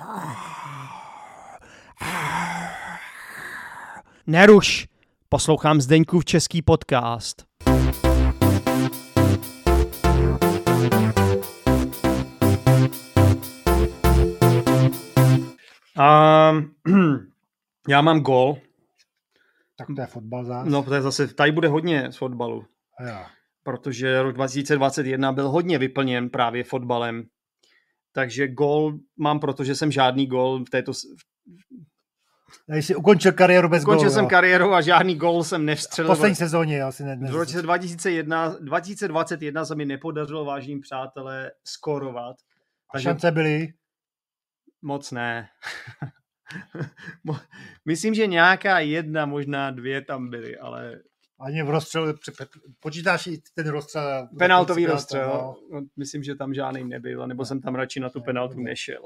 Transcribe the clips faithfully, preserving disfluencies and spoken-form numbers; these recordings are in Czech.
Neruš, poslouchám Zdeňkův český podcast. Um, já mám gól. Tak to je fotbal zás. No, to je zase, tady bude hodně z fotbalu. Já. Protože rok dva tisíce dvacet jedna byl hodně vyplněn právě fotbalem. Takže gól mám, protože jsem žádný gól v této... Já jsi ukončil kariéru bez gólu. Ukončil jsem kariéru a žádný gól jsem nevstřelil. V poslední sezóně, já si ne, v roce dva tisíce jedna, dva tisíce dvacet jedna se mi nepodařilo, vážení přátelé, skórovat. A šance byly? Moc ne. Myslím, že nějaká jedna, možná dvě tam byly, ale... Ani v rozstřelu, počítáš i ten rozstřel? Penaltový rozstřel, no. Myslím, že tam žádný nebyl, nebo jsem tam radši na tu penaltu nešel.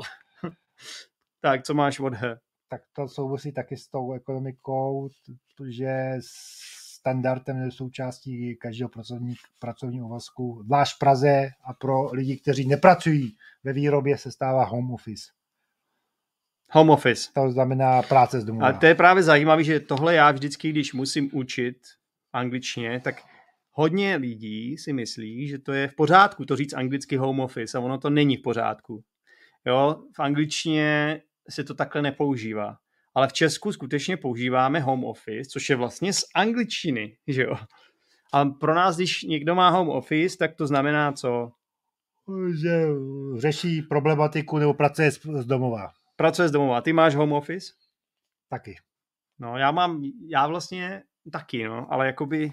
Tak, co máš od H? Tak to souvisí taky s tou ekonomikou, že standardem je součástí každého pracovního úvazku, zvlášť v Praze a pro lidi, kteří nepracují ve výrobě, se stává home office. Home office. To znamená práce z domova. A to je právě zajímavé, že tohle já vždycky, když musím učit angličtině, tak hodně lidí si myslí, že to je v pořádku to říct anglicky home office a ono to není v pořádku. Jo, v angličtině se to takhle nepoužívá. Ale v Česku skutečně používáme home office, což je vlastně z angličtiny, že jo. A pro nás, když někdo má home office, tak to znamená co? Že řeší problematiku nebo pracuje z domova. Pracuje z domova. Ty máš home office? Taky. No, já mám, já vlastně taky, no, ale jakoby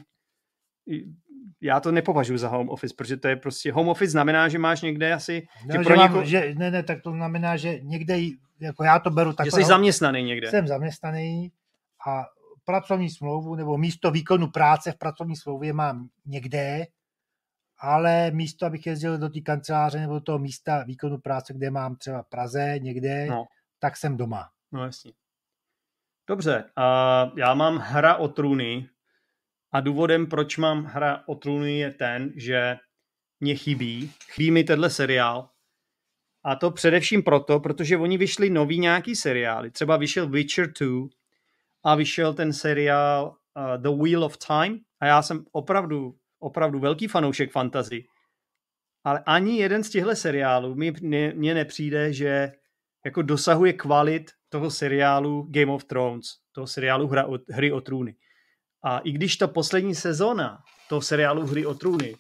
já to nepovažuji za home office, protože to je prostě, home office znamená, že máš někde asi, no, že že pro mám, něko... že, ne, ne, tak to znamená, že někde, jako já to beru takhle. Že jsi zaměstnaný někde. Jsem zaměstnaný a pracovní smlouvu nebo místo výkonu práce v pracovní smlouvě mám někde, ale místo, abych jezdil do té kanceláře nebo do toho místa výkonu práce, kde mám třeba v Praze někde, no. Tak jsem doma. No jasně. Dobře, uh, já mám Hra o trůny a důvodem, proč mám Hra o trůny je ten, že mě chybí, chybí mi tenhle seriál a to především proto, protože oni vyšli nový nějaký seriály, třeba vyšel Witcher dva a vyšel ten seriál uh, The Wheel of Time a já jsem opravdu, opravdu velký fanoušek fantasy, ale ani jeden z těchto seriálů mi ne, mně nepřijde, že jako dosahuje kvalit toho seriálu Game of Thrones, toho seriálu Hra o, Hry o trůny. A i když ta poslední sezóna toho seriálu Hry o trůny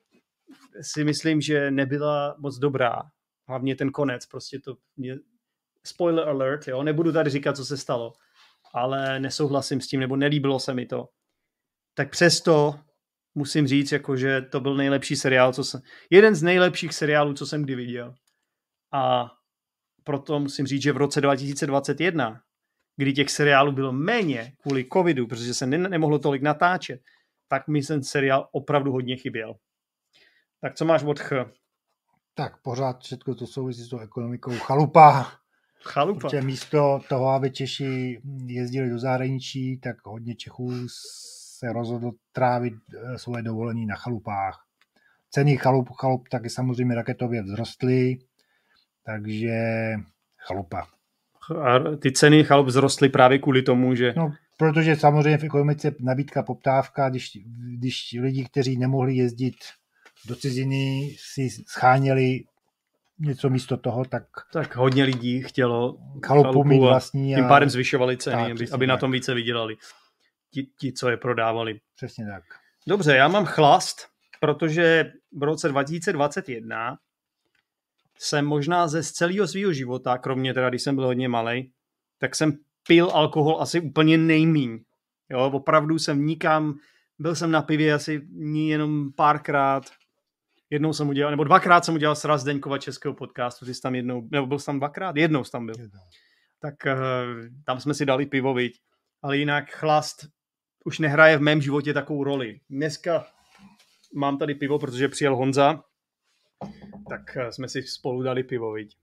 si myslím, že nebyla moc dobrá, hlavně ten konec, prostě to mě, spoiler alert, jo, nebudu tady říkat, co se stalo, ale nesouhlasím s tím, nebo nelíbilo se mi to. Tak přesto musím říct, jako, že to byl nejlepší seriál, co jsem, jeden z nejlepších seriálů, co jsem kdy viděl. A proto musím říct, že v roce dva tisíce dvacet jedna, kdy těch seriálů bylo méně kvůli covidu, protože se ne- nemohlo tolik natáčet, tak mi ten seriál opravdu hodně chyběl. Tak co máš od Ch? Tak pořád všechno to souvisí s tou ekonomikou. Chalupa. Chalupa. Protože místo toho, aby Češi jezdili do zahraničí, tak hodně Čechů se rozhodlo trávit svoje dovolení na chalupách. Ceny chalup, chalup taky samozřejmě raketově vzrostly, takže chalupa. A ty ceny chalup vzrostly právě kvůli tomu, že... No, protože samozřejmě v ekonomice nabídka, poptávka, když, když lidi, kteří nemohli jezdit do ciziny, si scháněli něco místo toho, tak... Tak hodně lidí chtělo chalupu mít vlastní. A tím pádem zvyšovali ceny, tak, aby, aby na tom více vydělali. Ti, ti, co je prodávali. Přesně tak. Dobře, já mám chlast, protože v roce dva tisíce dvacet jedna jsem možná ze celého svého života, kromě teda, když jsem byl hodně malej, tak jsem pil alkohol asi úplně nejmíň. Jo, opravdu jsem nikam, byl jsem na pivě asi jenom párkrát, jednou jsem udělal, nebo dvakrát jsem udělal sraz Zdeňkova českého podcastu, ty jsi tam jednou, nebo byl jsi tam dvakrát? Jednou jsi tam byl. Jednou. Tak uh, tam jsme si dali pivo, viď. Ale jinak chlast už nehraje v mém životě takovou roli. Dneska mám tady pivo, protože přijel Honza, tak jsme si spolu dali pivo, viď.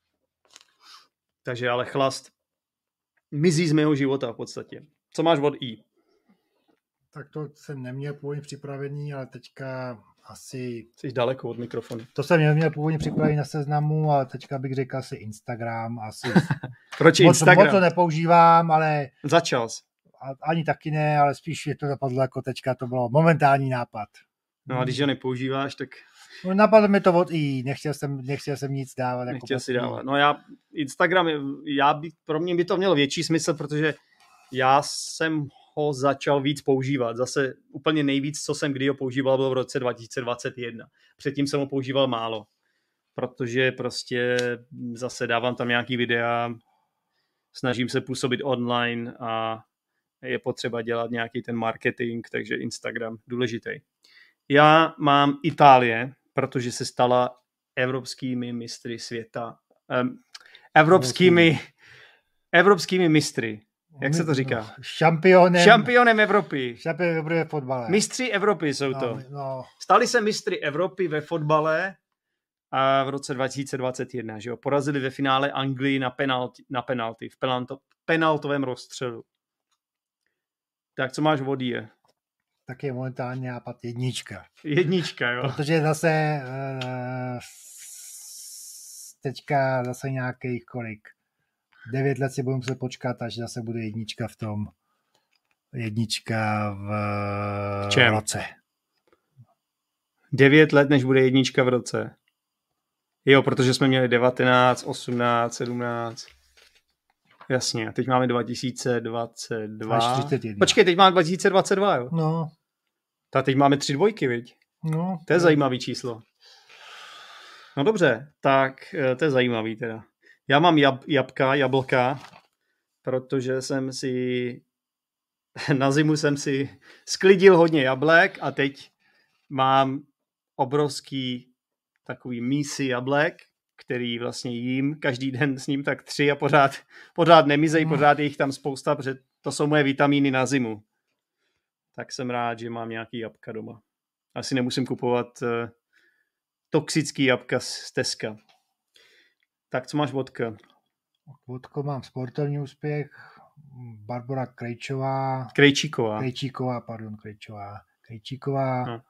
Takže ale chlast mizí z mého života v podstatě. Co máš od I? Tak to jsem neměl původně připravený, ale teďka asi... Jsi daleko od mikrofonu. To jsem měl, měl původně připravený na seznamu, ale teďka bych řekl asi Instagram. Asi Proč moc, Instagram? Moc to nepoužívám, ale... Začal jsi. Ani taky ne, ale spíš je to napadlo jako teďka, to bylo momentální nápad. No a když ho nepoužíváš, tak... No, napadlo mi to od i, nechtěl jsem, nechtěl jsem nic dávat. Nechtěl jako si dávat. No já, Instagram, já by, pro mě by to mělo větší smysl, protože já jsem ho začal víc používat. Zase úplně nejvíc, co jsem kdy ho používal, bylo v roce dva tisíce dvacet jedna. Předtím jsem ho používal málo, protože prostě zase dávám tam nějaký videa, snažím se působit online a je potřeba dělat nějaký ten marketing, takže Instagram důležitý. Já mám Itálie, protože se stala evropskými mistry světa. Um, evropskými, evropskými mistry. Jak se to říká? Šampionem. Šampionem Evropy. Šampionem Evropy ve fotbale. Mistři Evropy jsou to. No, no. Stali se mistry Evropy ve fotbale a v roce dva tisíce dvacet jedna. Že jo? Porazili ve finále Anglii na penalty, na penalty v penalto, penaltovém rozstřelu. Tak co máš od je? Tak je momentálně nápad jednička. Jednička, jo. Protože zase uh, teďka zase nějakých kolik? Devět let si budeme muset počkat, až zase bude jednička v tom. Jednička v, v roce. Devět let, než bude jednička v roce. Jo, protože jsme měli devatenáct, osmnáct, sedmnáct. Jasně, a teď máme dva tisíce dvacet dva. Počkej, teď máme dva tisíce dvacet dva, jo? No. Tak teď máme tři dvojky, viď? No. To je zajímavý číslo. No dobře, tak to je zajímavý teda. Já mám jab, jabka, jablka, protože jsem si na zimu jsem si sklidil hodně jablek a teď mám obrovský takový mísy jablek, který vlastně jím každý den s ním tak tři a pořád, pořád nemizej, pořád je jich tam spousta, protože to jsou moje vitamíny na zimu. Tak jsem rád, že mám nějaký jabka doma. Asi nemusím kupovat uh, toxický jabka z Teska. Tak co máš vodka? Vodko mám sportovní úspěch. Barbora Krejčová. Krejčíková. Krejčíková, pardon, Krejčová. Krejčíková no.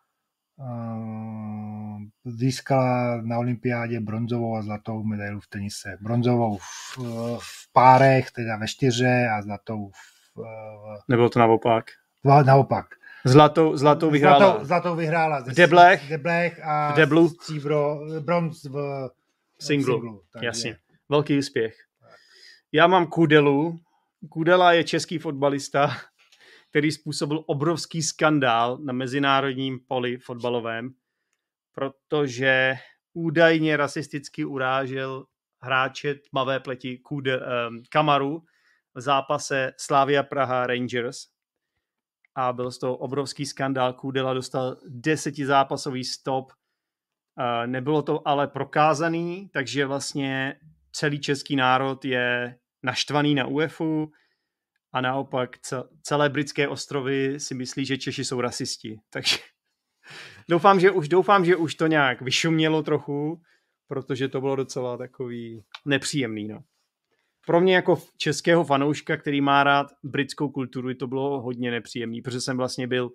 uh, získala na olympiádě bronzovou a zlatou medailu v tenise. Bronzovou v, v párech, teda ve čtyře a zlatou v... Uh, Nebylo to naopak? Naopak. Zlatou, zlatou vyhrála. Zlatou, zlatou vyhrála. V deblech. V deblech a v deblu. Stříbro, bronz v singlu. singlu Jasně. Velký úspěch. Já mám Kudelu. Kudela je český fotbalista, který způsobil obrovský skandál na mezinárodním poli fotbalovém, protože údajně rasisticky urážel hráče tmavé pleti Kude, um, Kamaru v zápase Slavia Praha Rangers. A byl z toho obrovský skandál. Kudela dostal desetizápasový stop. Uh, nebylo to ale prokázaný, takže vlastně celý český národ je naštvaný na UEFA a naopak celé britské ostrovy si myslí, že Češi jsou rasisti. Takže doufám, že už, doufám, že už to nějak vyšumělo trochu, protože to bylo docela takový nepříjemný. No. Pro mě jako českého fanouška, který má rád britskou kulturu, to bylo hodně nepříjemný, protože jsem vlastně byl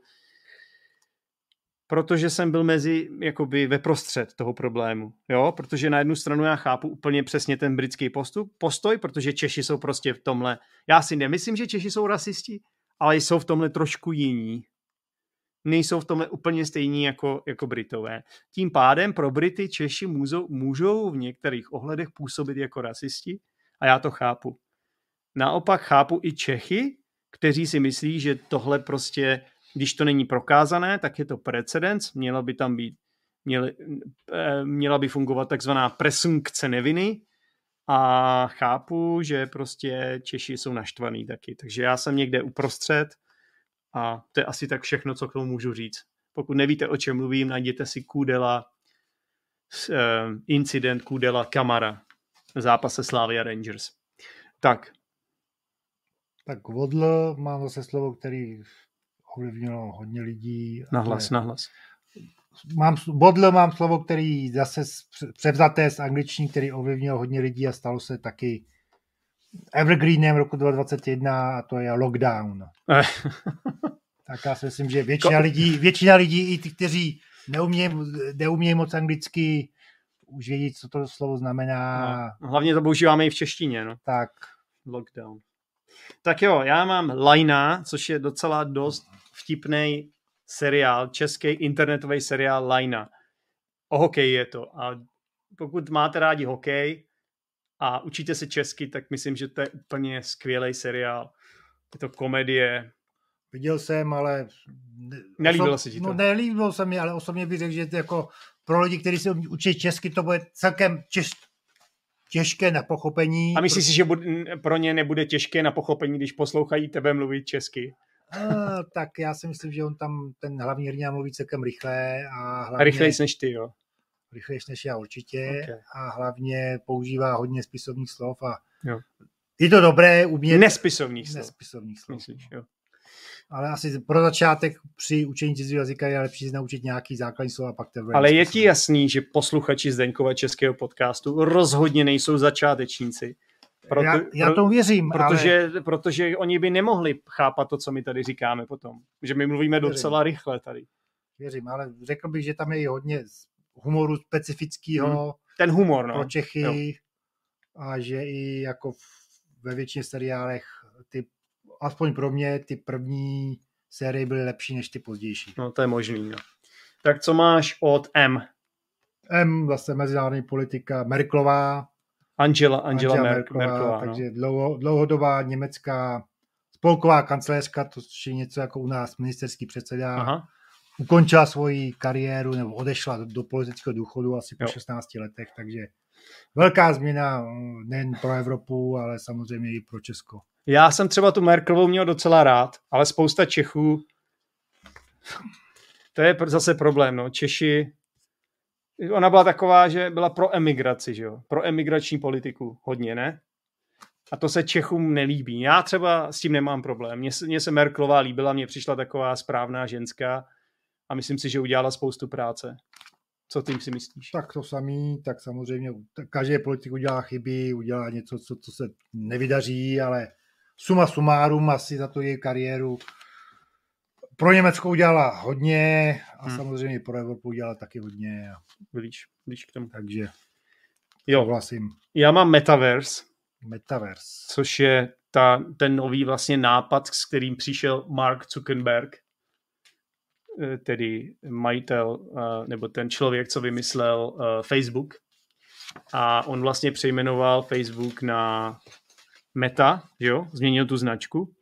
protože jsem byl mezi, jakoby ve prostřed toho problému, jo, protože na jednu stranu já chápu úplně přesně ten britský postup, postoj, protože Češi jsou prostě v tomhle, já si nemyslím, že Češi jsou rasisti, ale jsou v tomhle trošku jiní. Nejsou v tomhle úplně stejní jako, jako Britové. Tím pádem pro Brity Češi můžou, můžou v některých ohledech působit jako rasisti a já to chápu. Naopak chápu i Čechy, kteří si myslí, že tohle prostě, když to není prokázané, tak je to precedens, měla by tam být, měla, měla by fungovat takzvaná presumpce neviny a chápu, že prostě Češi jsou naštvaný taky. Takže já jsem někde uprostřed a to je asi tak všechno, co k tomu můžu říct. Pokud nevíte, o čem mluvím, najděte si Kudela, incident Kudela Kamara v zápase Slavia Rangers. Tak. Tak Vodl mám zase slovo, který ovlivnilo hodně lidí. Nahlas, nahlas. Mám, Vodl mám slovo, který zase převzaté z angličtiny, který ovlivnil hodně lidí a stalo se taky evergreenem roku dva tisíce dvacet jedna a to je lockdown. Tak já si myslím, že většina lidí, většina lidí i ty, kteří neumějí, neumějí moc anglicky, už vědí, co to slovo znamená. No, hlavně to používáme i v češtině, no. Tak. Lockdown. Tak jo, já mám Lajna, což je docela dost vtipný seriál, český internetový seriál Lajna. O hokeji je to. A pokud máte rádi hokej a učíte se česky, tak myslím, že to je úplně skvělý seriál. Je to komedie. Viděl jsem, ale... Nelíbilo osob... se ti to? No nelíbilo se mi, ale osobně bych řekl, že to jako pro lidi, kteří se učí česky, to bude celkem těž... těžké na pochopení. A myslíš si, že bude, pro ně nebude těžké na pochopení, když poslouchají tebe mluvit česky? A, tak já si myslím, že on tam, ten hlavní hrdina mluví celkem rychle a hlavně... A rychlejš než ty, jo? Rychlejš než já určitě. Okay. A hlavně používá hodně spisovných slov a jo. je to dobré umět... Nespisovných slov. Nespisovných slov. Myslíš, jo. Ale asi pro začátek při učení cizího jazyka je lepší si naučit nějaký základní slova, pak teprve. Ale je ti jasný, že posluchači Zdeňkova českého podcastu rozhodně nejsou začátečníci. Proto, já, já tomu věřím. Protože, ale... protože oni by nemohli chápat to, co my tady říkáme potom. Že my mluvíme věřím. docela rychle tady. Věřím, ale řekl bych, že tam je i hodně humoru specifického hmm. Ten humor, no. pro Čechy jo. A že i jako ve většině seriálech ty, aspoň pro mě, ty první série byly lepší než ty pozdější. No to je možný, no. Tak co máš od M? M, zase mezinárodní politika, Merkelová. Angela, Angela, Angela Mer- Merkelová, Merkelová, takže no. dlouho, dlouhodobá německá spolková kancléřka, to je něco jako u nás ministerský předseda. Aha. Ukončila svoji kariéru nebo odešla do, do politického důchodu asi po jo. šestnácti letech, takže velká změna nejen pro Evropu, ale samozřejmě i pro Česko. Já jsem třeba tu Merkelovou měl docela rád, ale spousta Čechů, to je zase problém, no. Češi, ona byla taková, že byla pro emigraci, že jo, pro emigrační politiku hodně, ne? A to se Čechům nelíbí. Já třeba s tím nemám problém. Mně se, mně se Merkelová líbila, mně přišla taková správná ženská a myslím si, že udělala spoustu práce. Co ty si myslíš? Tak to samý, tak samozřejmě každý politik udělá chyby, udělá něco, co, co se nevydaří, ale suma sumárum asi za tu její kariéru pro Německo udělala hodně a hmm. samozřejmě pro Evropu udělala taky hodně. Blíž, blíž k tomu. Takže jo. Vlastím. Já mám Metaverse. Metaverse. Což je ta, ten nový vlastně nápad, s kterým přišel Mark Zuckerberg, tedy majitel, nebo ten člověk, co vymyslel Facebook. A on vlastně přejmenoval Facebook na Meta, jo? Změnil tu značku.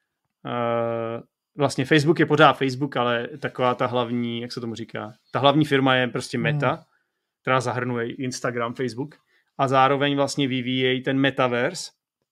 Vlastně Facebook je pořád Facebook, ale taková ta hlavní, jak se tomu říká, ta hlavní firma je prostě Meta, hmm. která zahrnuje Instagram, Facebook a zároveň vlastně vyvíjejí ten Metaverse,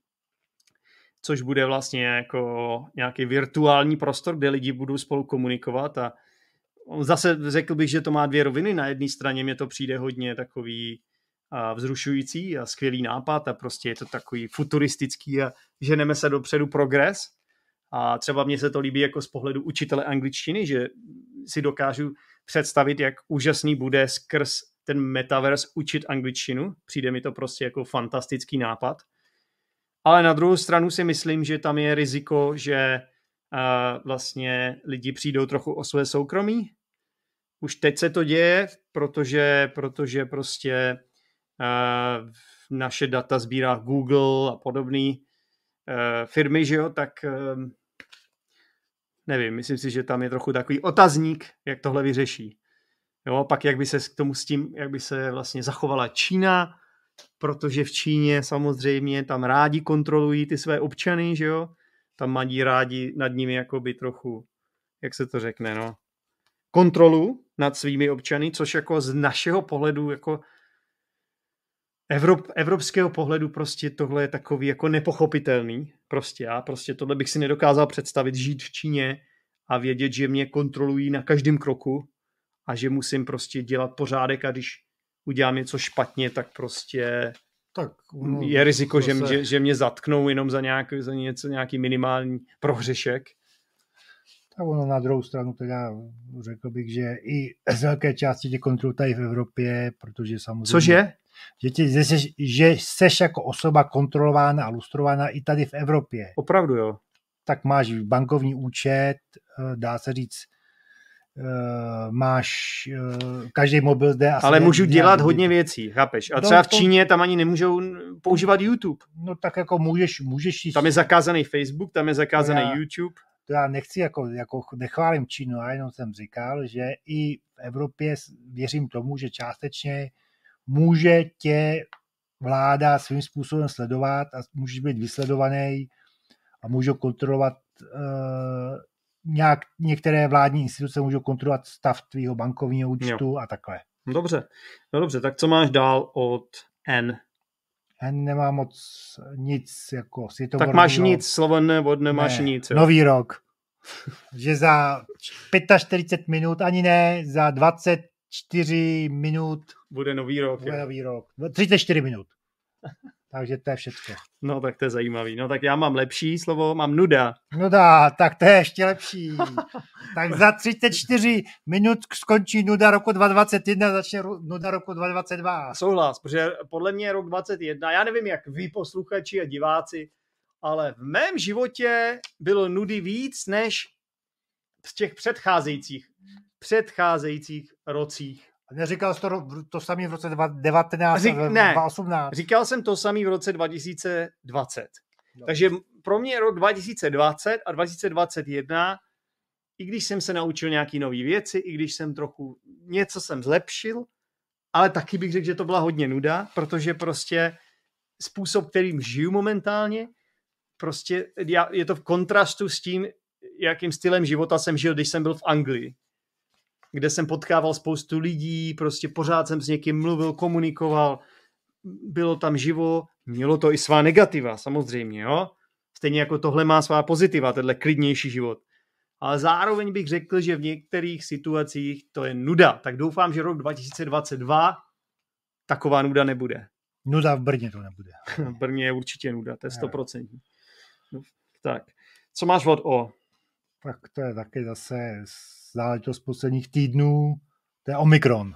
což bude vlastně jako nějaký virtuální prostor, kde lidi budou spolu komunikovat a zase řekl bych, že to má dvě roviny. Na jedné straně mě to přijde hodně takový a vzrušující a skvělý nápad a prostě je to takový futuristický a ženeme se dopředu progres. A třeba mně se to líbí jako z pohledu učitele angličtiny, že si dokážu představit, jak úžasný bude skrz ten metaverse učit angličtinu. Přijde mi to prostě jako fantastický nápad. Ale na druhou stranu si myslím, že tam je riziko, že uh, vlastně lidi přijdou trochu o své soukromí. Už teď se to děje, protože, protože prostě uh, naše data sbírá Google a podobné uh, firmy, že jo, tak uh, nevím, myslím si, že tam je trochu takový otazník, jak tohle vyřeší. Jo, pak jak by se k tomu s tím, jak by se vlastně zachovala Čína, protože v Číně samozřejmě tam rádi kontrolují ty své občany, že jo, tam mají rádi nad nimi jakoby trochu, jak se to řekne, no, kontrolu nad svými občany, což jako z našeho pohledu, jako Evrop, evropského pohledu prostě tohle je takový jako nepochopitelný. Prostě já prostě tohle bych si nedokázal představit, žít v Číně a vědět, že mě kontrolují na každém kroku a že musím prostě dělat pořádek a když udělám něco špatně, tak prostě tak, no, je riziko, že, se... že, že mě zatknou jenom za, nějak, za něco, nějaký minimální prohřešek. Tak ono na druhou stranu teda řekl bych, že i z velké části tě kontrolují tady v Evropě, protože samozřejmě... Cože? Že, tě, že, seš, že seš jako osoba kontrolována a lustrována i tady v Evropě. Opravdu jo. Tak máš bankovní účet, dá se říct, Uh, máš uh, každý mobil zde. Ale můžu dělat hodně věcí, chápeš? A třeba v Číně tam ani nemůžou používat YouTube. No tak jako můžeš, můžeš jít... Tam je zakázaný Facebook, tam je zakázaný já, YouTube. To já nechci, jako, jako nechválím Čínu, a jenom jsem říkal, že i v Evropě věřím tomu, že částečně může tě vláda svým způsobem sledovat a můžeš být vysledovaný a můžou kontrolovat uh, nějak, některé vládní instituce můžou kontrolovat stav tvýho bankovního účtu jo. a takhle. Dobře, no dobře, tak co máš dál od N? N nemá moc nic jako světoborného. Tak máš nic, slovo N od nemáš ne, nic. Jo. Nový rok. Že za čtyřicet pět minut, ani ne, za dvacet čtyři minut bude nový rok. Bude jo. nový rok. třicet čtyři minut. Takže to je všechno. No tak to je zajímavý. No tak já mám lepší slovo, mám nuda. Nuda, tak to je ještě lepší. Tak za třicet čtyři minut skončí nuda roku dva tisíce dvacet jedna, začne nuda roku dva tisíce dvacet dva. Souhlas, protože podle mě rok dvacet jedna, já nevím jak vy posluchači a diváci, ale v mém životě bylo nudy víc než z těch předcházejících, předcházejících rocích. Neříkal jsi to, to samý v roce devatenáct, Řík, ne, osmnáct. Říkal jsem to samý v roce dva tisíce dvacet. No. Takže pro mě rok dva tisíce dvacet a dva tisíce dvacet jedna, i když jsem se naučil nějaký nový věci, i když jsem trochu něco jsem zlepšil, ale taky bych řekl, že to byla hodně nuda, protože prostě způsob, kterým žiju momentálně, prostě je to v kontrastu s tím, jakým stylem života jsem žil, když jsem byl v Anglii, kde jsem potkával spoustu lidí, prostě pořád jsem s někým mluvil, komunikoval, bylo tam živo, mělo to i svá negativa, samozřejmě, jo. Stejně jako tohle má svá pozitiva, tenhle klidnější život. Ale zároveň bych řekl, že v některých situacích to je nuda. Tak doufám, že rok dva tisíce dvacet dva taková nuda nebude. Nuda v Brně to nebude. V Brně je určitě nuda, to je sto procent. No, tak, co máš od O? Tak to je taky zase záležitost posledních týdnů, to je Omikron.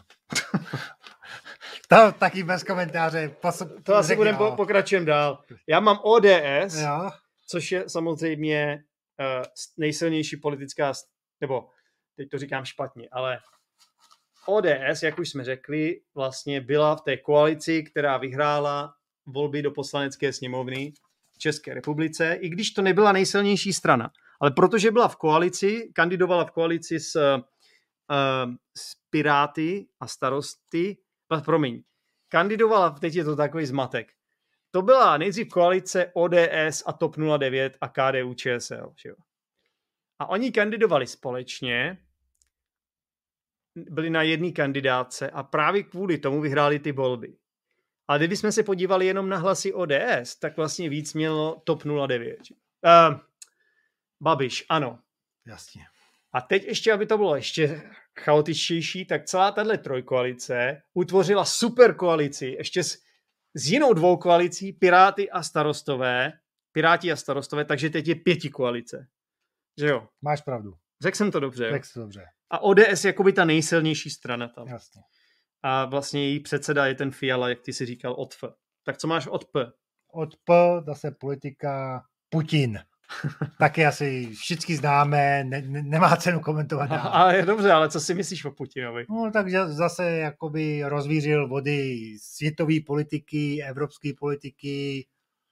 To taky bez komentáře. Pos- to asi budeme po- pokračujeme dál. Já mám O D S, jo. Což je samozřejmě uh, nejsilnější politická, nebo teď to říkám špatně, ale O D S, jak už jsme řekli, vlastně byla v té koalici, která vyhrála volby do poslanecké sněmovny v České republice, i když to nebyla nejsilnější strana. Ale protože byla v koalici, kandidovala v koalici s, uh, s Piráty a Starosty, promiň, kandidovala, teď je to takový zmatek, to byla nejdřív koalice O D S a TOP nula devět a K D U Č S L. Že jo? A oni kandidovali společně, byli na jedné kandidátce a právě kvůli tomu vyhráli ty volby. Ale kdybychom se podívali jenom na hlasy O D S, tak vlastně víc mělo TOP nula devět. Uh, Babiš, ano. Jasně. A teď ještě, aby to bylo ještě chaotičtější, tak celá tahle trojkoalice utvořila super koalici, ještě s, s jinou dvou koalicí, Piráty a Starostové, Piráti a Starostové, takže teď je pěti koalice. Že jo? Máš pravdu. Řekl jsem to dobře. Řekl jsi dobře. A O D S je jakoby ta nejsilnější strana tam. Jasně. A vlastně její předseda je ten Fiala, jak ty si říkal, od F. Tak co máš od P? Od P zase politika Putin. Taky asi všichni známe, ne, ne, nemá cenu komentovat dál. Ale dobře, ale co si myslíš o Putinovi? No takže zase jakoby rozvířil vody světové politiky, evropské politiky.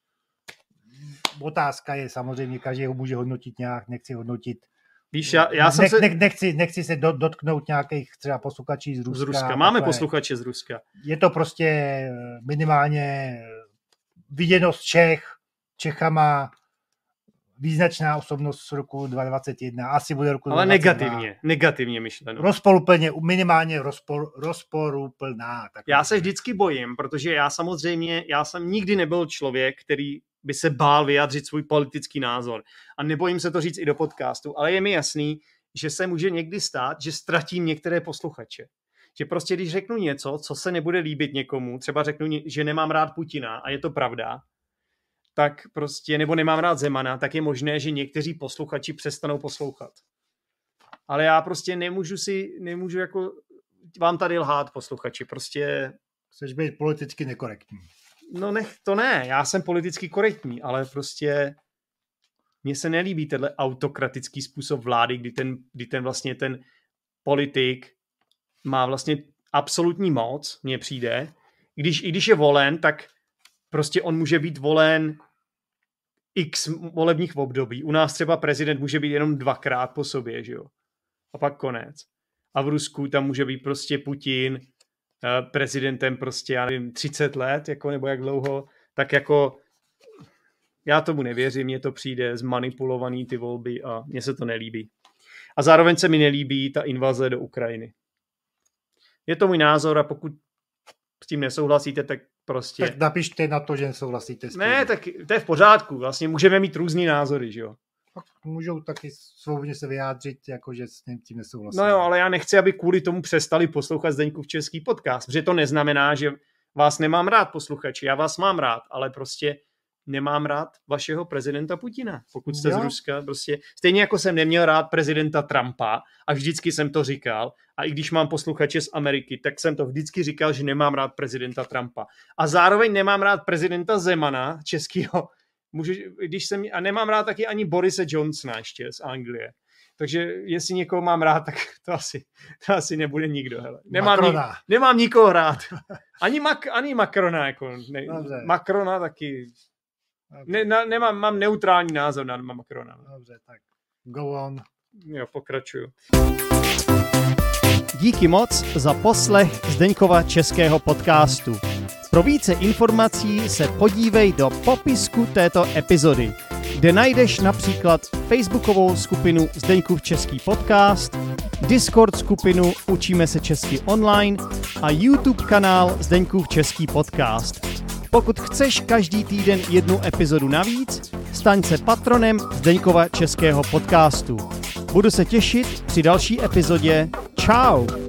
Otázka je samozřejmě, každý ho může hodnotit nějak, nechci hodnotit. Víš, já, já jsem ne, se... ne, nechci, nechci se do, dotknout nějakých třeba posluchačí z Ruska. Z Ruska. Máme takhle. Posluchače z Ruska. Je to prostě minimálně viděnost Čech, Čechama, význačná osobnost z roku dva tisíce dvacet jedna, asi bude roku ale dva tisíce dvacet dva. negativně, negativně myšleno. Rozporuplně, minimálně rozpor, rozporuplná. Já se vždycky bojím, protože já samozřejmě, já jsem nikdy nebyl člověk, který by se bál vyjádřit svůj politický názor. A nebojím se to říct i do podcastu, ale je mi jasný, že se může někdy stát, že ztratím některé posluchače. Že prostě, když řeknu něco, co se nebude líbit někomu, třeba řeknu, že nemám rád Putina a je to pravda, tak prostě, nebo nemám rád Zemana, tak je možné, že někteří posluchači přestanou poslouchat. Ale já prostě nemůžu si, nemůžu jako vám tady lhát, posluchači, prostě... Chceš být politicky nekorektní. No nech, to ne, já jsem politicky korektní, ale prostě mně se nelíbí tenhle autokratický způsob vlády, kdy ten, kdy ten vlastně ten politik má vlastně absolutní moc, mně přijde. Když, i když je volen, tak prostě on může být volen x volebních období. U nás třeba prezident může být jenom dvakrát po sobě, že jo? A pak konec. A v Rusku tam může být prostě Putin prezidentem prostě, já nevím, třicet let, jako, nebo jak dlouho, tak jako já tomu nevěřím, mně to přijde zmanipulovaný ty volby a mně se to nelíbí. A zároveň se mi nelíbí ta invaze do Ukrajiny. Je to můj názor a pokud s tím nesouhlasíte, tak prostě... Tak napište na to, že nesouhlasíte s tím. Ne, tak to je v pořádku. Vlastně můžeme mít různý názory, že jo? Tak můžou taky svobodně se vyjádřit, jako že s tím nesouhlasí. No jo, ale já nechci, aby kvůli tomu přestali poslouchat Zdeňkův český podcast, protože to neznamená, že vás nemám rád, posluchači. Já vás mám rád, ale prostě nemám rád vašeho prezidenta Putina, pokud jste jo. z Ruska. Prostě. Stejně jako jsem neměl rád prezidenta Trumpa a vždycky jsem to říkal. A i když mám posluchače z Ameriky, tak jsem to vždycky říkal, že nemám rád prezidenta Trumpa. A zároveň nemám rád prezidenta Zemana, českýho. Můžu, když jsem, a nemám rád taky ani Borise Johnsona ještě z Anglie. Takže jestli někoho mám rád, tak to asi, to asi nebude nikdo. Hele. Nemám, nik, nemám nikoho rád. Ani, Mac, ani Macrona. Jako, ne, Macrona taky. Ne, na, nemám, mám neutrální názor na Macrona. Dobře, tak go on. Jo, pokračuju. Díky moc za poslech Zdeňkova českého podcastu. Pro více informací se podívej do popisku této epizody, kde najdeš například facebookovou skupinu Zdeňkův český podcast, Discord skupinu Učíme se česky online a YouTube kanál Zdeňkův český podcast. Pokud chceš každý týden jednu epizodu navíc, staň se patronem Zdeňkova českého podcastu. Budu se těšit při další epizodě. Čau!